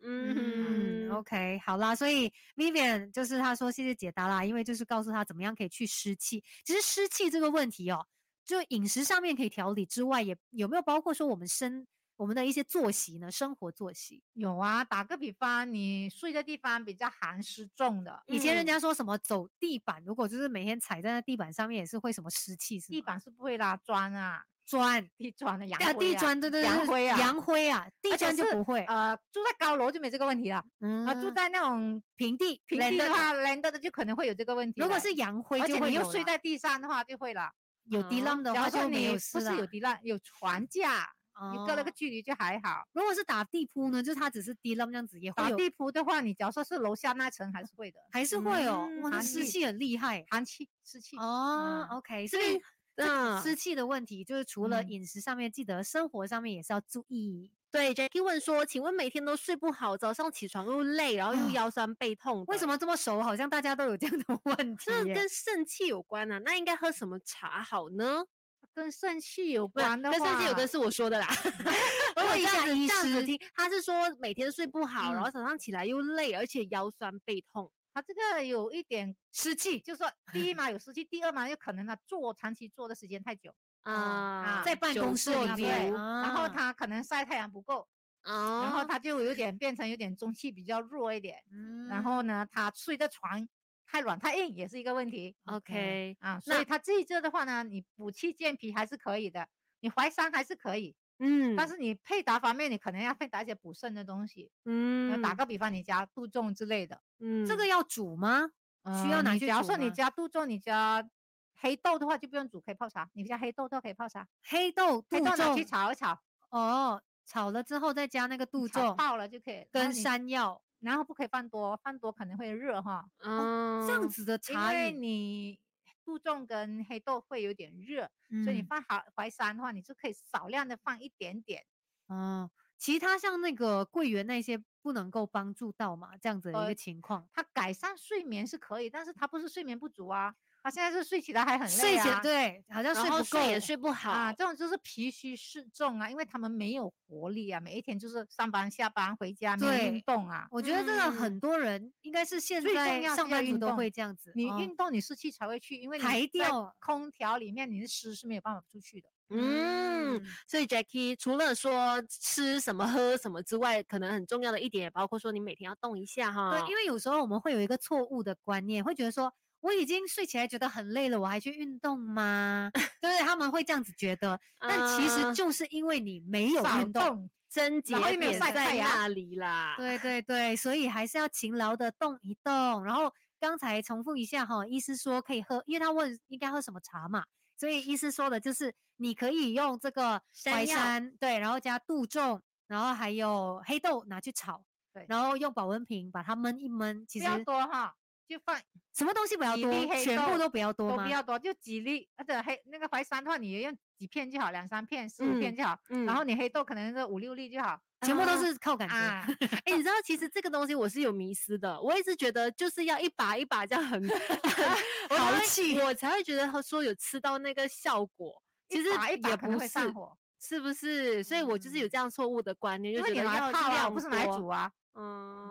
OK， 好啦，所以 Vivian 就是他说谢谢解答啦，因为就是告诉他怎么样可以去湿气。其实湿气这个问题就饮食上面可以调理之外，也有没有包括说我们的一些作息呢？生活作息有啊，打个比方，你睡的地方比较寒湿重的， 以前人家说什么走地板，如果就是每天踩在那地板上面，也是会什么湿气，是吗？ 地板是不会啦，砖啊，地砖的洋灰啊，地砖对， 洋灰啊， 洋灰啊，地砖就不会。 住在高楼就没这个问题了。住在那种平地的话，landed 的就可能会有这个问题。 如果是洋灰就会有， 而且你又睡在地上的话就会了。 有地浪的话就没有事了。 不是有地浪，有床架。你隔了个距离就还好。 如果是打地铺呢，就是它只是地浪这样子也会有。 打地铺的话，你假如说是楼下那层还是会的， 还是会哇，那湿气很厉害， 寒气湿气。 OK， 所以湿气的问题就是除了饮食上面，记得生活上面也是要注意。 对 ，Jackie 问说，请问每天都睡不好，早上起床又累，然后又腰酸背痛， 为什么这么熟？好像大家都有这样的问题。 这跟肾气有关啊，那应该喝什么茶好呢？ 跟肾气有关的话， 跟肾气有关是我说的啦。我这样子听，他是说每天睡不好，然后早上起来又累，而且腰酸背痛。 他这个有一点湿气， 就是说第一嘛有湿气，第二嘛有可能他长期坐的时间太久在办公室里面， 然后他可能晒太阳不够，然后他就变成有点中气比较弱一点，然后呢他睡的床太软太硬也是一个问题。 OK 所以他这的话呢，你补气健脾还是可以的，你淮山还是可以，但是你配搭方面你可能要配搭一些补肾的东西，打个比方你加杜仲之类的， 这个要煮吗？需要拿去煮吗？ 假如说你加杜仲，你加黑豆的话就不用煮，可以泡茶，你加黑豆都可以泡茶， 黑豆拿去炒一炒， 炒了之后再加那个杜仲， 泡了就可以， 跟山药。 然后不可以放多可能会热哈。 这样子的茶饮， 因为你杜仲跟黑豆会有点热，所以你放淮山的话，你就可以少量的放一点点。 其他像那个桂圆那些不能够帮助到嘛？这样子的一个情况， 它改善睡眠是可以，但是它不是睡眠不足啊。他现在是睡起来还很累睡前对，好像睡不够也睡不好这种就是脾虚湿重啊，因为他们没有活力啊，每一天就是上班下班回家没运动啊。 我觉得这个很多人应该是现在上班族都会这样子， 你运动你湿气才会去，因为你排掉空调里面你的湿是没有办法出去的。 所以 Jackie 除了说吃什么喝什么之外，可能很重要的一点也包括说你每天要动一下哈。 对，因为有时候我们会有一个错误的观念，会觉得说我已经睡起来觉得很累了，我还去运动吗？对，他们会这样子觉得，但其实就是因为你没有运动， 症结点在那里啦。 对，所以还是要勤劳的动一动。然后刚才重复一下医师说可以喝，因为他问应该喝什么茶嘛，所以医师说的就是你可以用这个淮山，对，然后加杜仲，然后还有黑豆拿去炒， 对， 然后用保温瓶把它焖一焖，其实不要多哈。就放什么东西不要多，全部都不要多吗？ 都不要多，就几粒。那个淮山的话，你用几片就好，2-3片、4-5片就好。然后你黑豆可能是5-6粒就好， 全部都是靠感觉。 你知道其实这个东西我是有迷思的，我一直觉得就是要一把一把这样很豪气， 我才会觉得说有吃到那个效果。其实也不是，是不是？所以我就是有这样错误的观念，就觉得要泡啊，不是拿来煮啊。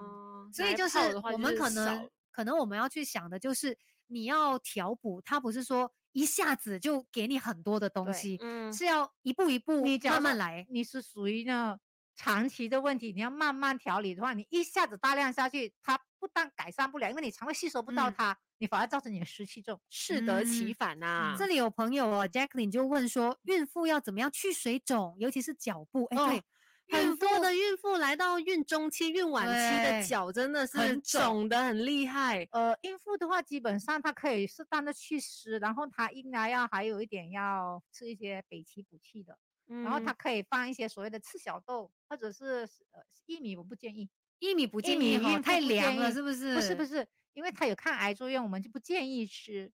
所以就是我们可能我们要去想的就是你要调补，它不是说一下子就给你很多的东西，是要一步一步慢慢来。 你是属于那长期的问题，你要慢慢调理的话，你一下子大量下去，它不但改善不了，因为你肠胃吸收不到它，你反而造成你的湿气重， 适得其反啊。 这里有朋友哦 Jacqueline 就问说，孕妇要怎么样去水肿，尤其是脚部？对。 很多的孕妇来到孕中期、孕晚期的脚真的是肿的很厉害。 孕妇的话，基本上她可以适当的去湿，然后她应该还有一点要吃一些北芪补气的，然后她可以放一些所谓的赤小豆或者是薏米，我不建议。 薏米不建议太凉了，是不是？ 不是，因为它有抗癌作用，我们就不建议吃。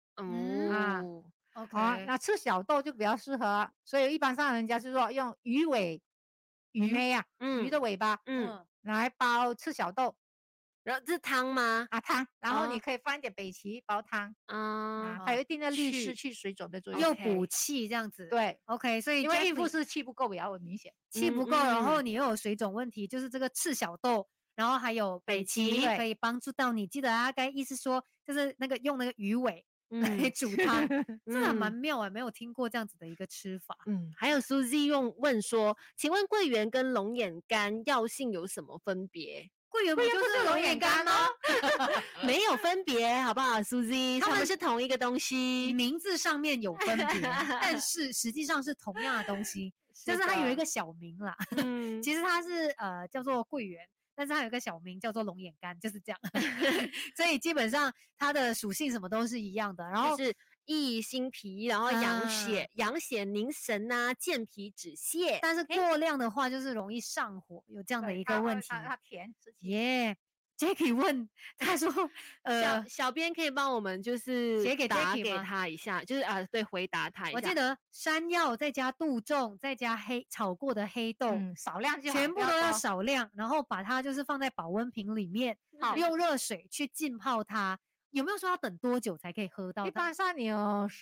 OK， 那赤小豆就比较适合，所以一般上人家是说用鱼尾。鱼鳖啊，鱼的尾巴，来煲赤小豆， 然后这是汤吗？ 汤，然后你可以放一点北芪煲汤，还有一定的利湿去水肿的作用， 又补气这样子。 对 ，OK， 所以因为孕妇是气不够比较明显， 气不够，然后你又有水肿问题，就是这个赤小豆，然后还有北芪可以帮助到你。记得啊，该意思说就是用那个鱼尾。来煮汤，真的蛮妙啊，没有听过这样子的一个吃法。 还有 Suzy 问说，请问桂圆跟龙眼干药性有什么分别？ 桂圆不就是龙眼干吗？ 没有分别，好不好 Suzy？ 它们是同一个东西， 名字上面有分别，但是实际上是同样的东西，就是它有一个小名啦。其实它是叫做桂圆。但是它有一个小名叫做龙眼干，就是这样，所以基本上它的属性什么都是一样的。然后是益心脾，然后养血凝神啊，健脾止泻。 但是过量的话就是容易上火，有这样的一个问题。 它甜， 耶。Jackie 问他说， 小编可以帮我们就是写给打给他一下，就是对，回答他一下。 我记得山药再加杜仲，再加炒过的黑豆， 少量就好， 全部都要少量，然后把它就是放在保温瓶里面，用热水去浸泡它。有没有说要等多久才可以喝到？ 一般上你有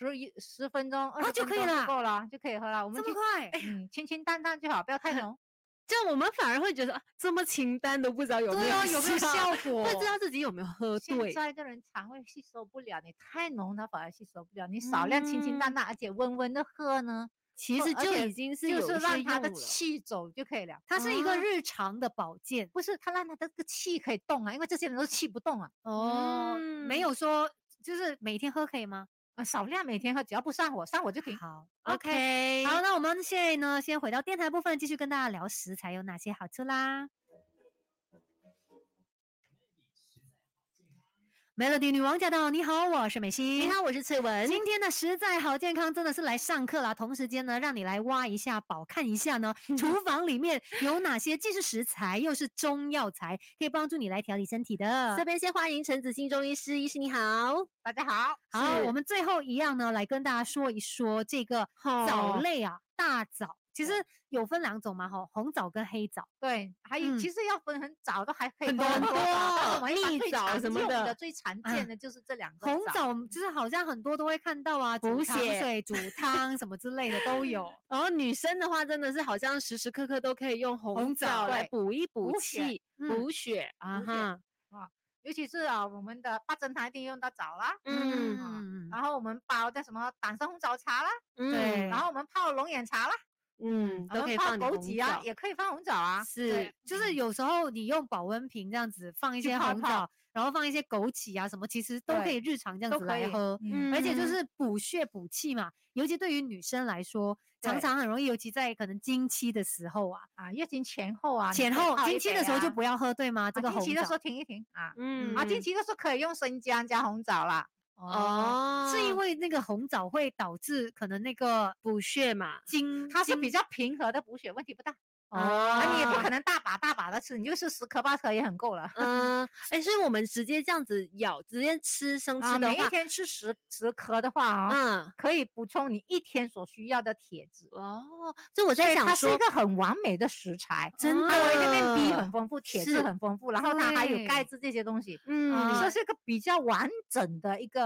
10分钟、20分钟就可以了， 够了，就可以喝了。我们这么快？ 清清淡淡就好，不要太浓。 这样我们反而会觉得这么清淡都不知道有没有效果， 不知道自己有没有喝对。 现在的人肠胃吸收不了，你太浓它反而吸收不了，你少量清清淡淡，而且温温的喝呢， 其实就已经是就是让它的气走就可以了。 它是一个日常的保健， 不是它让它的气可以动啊，因为这些人都气不动啊。 没有说就是每天喝可以吗？ 少量每天喝，只要不上火，上火就停。 好 ，OK， 好，那我们现在呢，先回到电台部分，继续跟大家聊食材有哪些好处啦。Melody 女王驾到！你好，我是美心。 你好，我是翠文。 今天的实在好健康真的是来上课啦，同时间呢，让你来挖一下宝，看一下呢，厨房里面有哪些既是食材又是中药材，可以帮助你来调理身体的。 这边先欢迎陈子欣中医师，医师你好， 大家好。 好，我们最后一样呢，来跟大家说一说这个藻类啊，大枣。其实有分2种嘛，红枣跟黑枣。 对，还有其实要分很早都还可以很多蜜枣什么的，最常见的就是这2个。 红枣就是好像很多都会看到啊， 补血水、煮汤什么之类的都有。 然后女生的话真的是好像时时刻刻都可以用红枣来补一补气、补血啊。 尤其是我们的八珍汤一定用到枣啦，然后我们煲的什么党参红枣茶啦， 对， 然后我们泡龙眼茶啦。 都可以放枸杞啊，也可以放红枣啊。 是，就是有时候你用保温瓶这样子放一些红枣，然后放一些枸杞啊什么，其实都可以日常这样子来喝，而且就是补血补气嘛。尤其对于女生来说，常常很容易，尤其在可能经期的时候月经前后经期的时候就不要喝，对吗？这个红枣经期的时候停一停经期的时候可以用生姜加红枣啦。 是因为那个红枣会导致可能那个补血嘛， 它是比较平和的补血，问题不大。你也不可能大把的吃，你就是10颗8颗也很够了。 所以我们直接这样子直接吃生吃的话， 每一天吃10颗的话可以补充你1天所需要的铁质。 所以我在想说， 它是一个很完美的食材， 真的， 维他命 B 很丰富，铁质很丰富，然后它还有钙质这些东西，这是一个比较完整的一个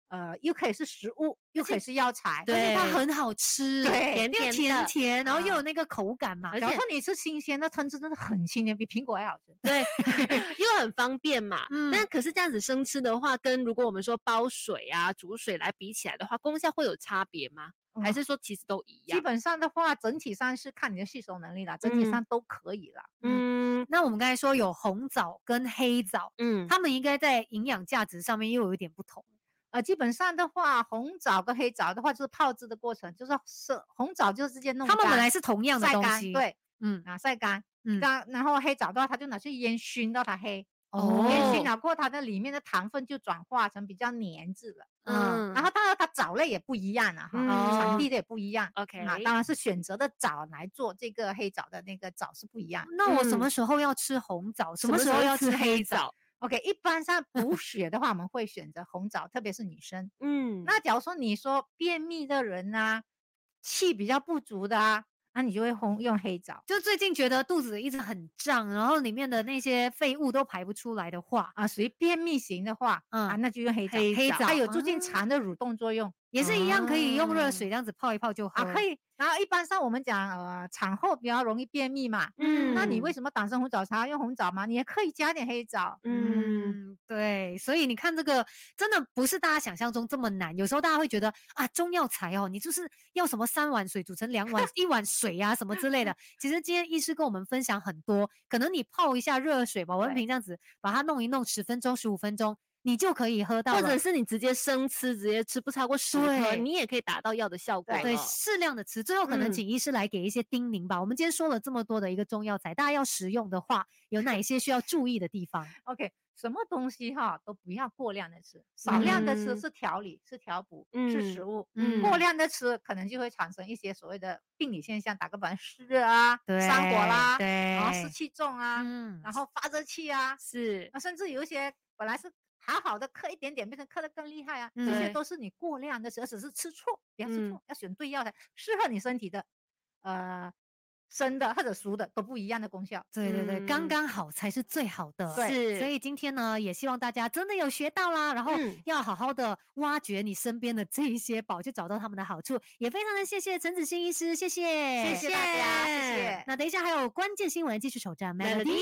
又可以是食物，又可以是药材， 而且它很好吃， 对， 甜甜，然后又有那个口感嘛。 假如说你吃新鲜的橙汁，真的很新鲜，比苹果还好吃。 对，又很方便嘛。那可是这样子生吃的话，跟如果我们说煲水啊、煮水来比起来的话，功效会有差别吗？还是说其实都一样？ 基本上的话，整体上是看你的吸收能力啦，整体上都可以啦。 那我们刚才说有红枣跟黑枣，它们应该在营养价值上面又有一点不同。 基本上的话，红枣跟黑枣的话，就是泡制的过程，就是红枣就直接弄干， 它们本来是同样的东西， 对，晒干，然后黑枣的话，它就拿去烟熏到它黑，烟熏了过后，它的里面的糖分就转化成比较黏质了，然后当然它枣类也不一样啊，产地的也不一样 ，OK， 当然是选择的枣来做这个黑枣的那个枣是不一样。 那我什么时候要吃红枣，什么时候要吃黑枣 ？OK， 一般上补血的话，我们会选择红枣，特别是女生。那假如说你说便秘的人啊，气比较不足的啊，那你就会用黑枣。 就最近觉得肚子一直很胀，然后里面的那些废物都排不出来的话， 属于便秘型的话，那就用黑枣。黑枣它有促进肠的蠕动作用， 也是一样可以用热水这样子泡一泡就喝。 可以。然后一般上我们讲产后比较容易便秘嘛，那你为什么党参红枣茶用红枣吗？你也可以加点黑枣。 对，所以你看这个真的不是大家想象中这么难。有时候大家会觉得啊，中药材你就是要什么3碗水煮成2碗1碗水啊什么之类的。其实今天医师跟我们分享很多，可能你泡一下热水，保温瓶这样子把它弄一弄10分钟15分钟。你就可以喝到了， 或者是你直接生吃，直接吃不超过10颗，你也可以达到药的效果。 对，适量的吃，最后可能请医师来给一些叮咛吧。我们今天说了这么多的一个中药材，大家要食用的话，有哪一些需要注意的地方 ？OK， 什么东西都不要过量的吃，少量的吃是调理，是调补，是食物。过量的吃可能就会产生一些所谓的病理现象，打个比方湿热啊、上火啦，然后湿气重啊，然后发热气啊，甚至有一些本来是好的嗑一点点，变成嗑得更厉害啊！这些都是你过量的，而只是吃错，不要吃错，要选对药材，适合你身体的，生的或者熟的都不一样的功效。 对对对，刚刚好才是最好的。 是， 所以今天呢，也希望大家真的有学到啦，然后要好好的挖掘你身边的这一些宝，去找到他们的好处。也非常的谢谢陈子欣医师，谢谢， 谢谢大家，谢谢。 那等一下还有关键新闻，继续守着 Melody。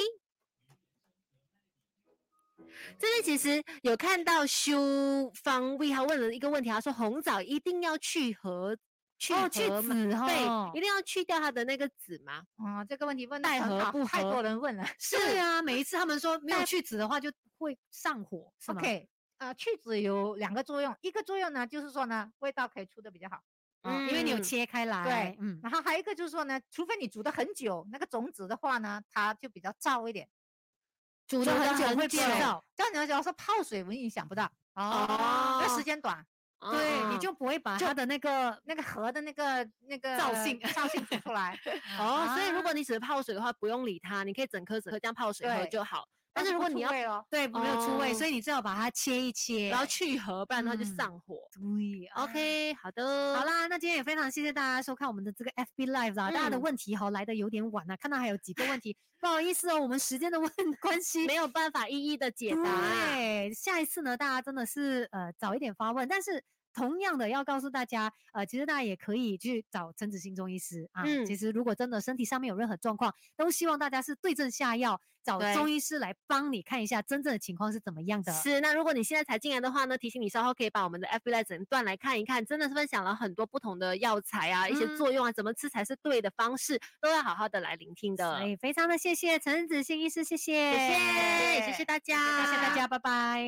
这边其实有看到修方卫他问了一个问题，他说红枣一定要去籽对，一定要去掉它的那个籽吗？ 这个问题问带核不合， 太多人问了。 是啊，每一次他们说没有去籽的话就会上火，是吗 ？OK， 去籽有2个作用，一个作用呢就是说呢味道可以出得比较好， 因为你有切开来。 对，然后还有一个就是说呢，除非你煮得很久，那个种子的话呢，它就比较燥一点。 煮得很久会变燥， 但你要说泡水，我影响不到因为时间短， 对，你就不会把它的那个核的那个燥性煮出来。 所以如果你只是泡水的话，不用理它，你可以整颗这样泡水喝就好。但是如果你要对没有出味，所以你最好把它切一切， 然后去核，不然的话就上火。 对 ，OK， 好的， 好啦，那今天也非常谢谢大家收看我们的这个 FB Live 啦。大家的问题来的有点晚了，看到还有几个问题，不好意思我们时间的关系没有办法一一的解答。 对，下一次呢，大家真的是早一点发问，但是同样的要告诉大家，其实大家也可以去找陈子欣中医师啊。其实如果真的身体上面有任何状况，都希望大家是对症下药，找中医师来帮你看一下真正的情况是怎么样的。 是，那如果你现在才进来的话呢，提醒你稍后可以把我们的 FB Live 整段来看一看，真的是分享了很多不同的药材啊，一些作用啊，怎么吃才是对的方式，都要好好的来聆听的。 所以非常的谢谢陈子欣医师，谢谢大家， 谢谢大家，拜拜。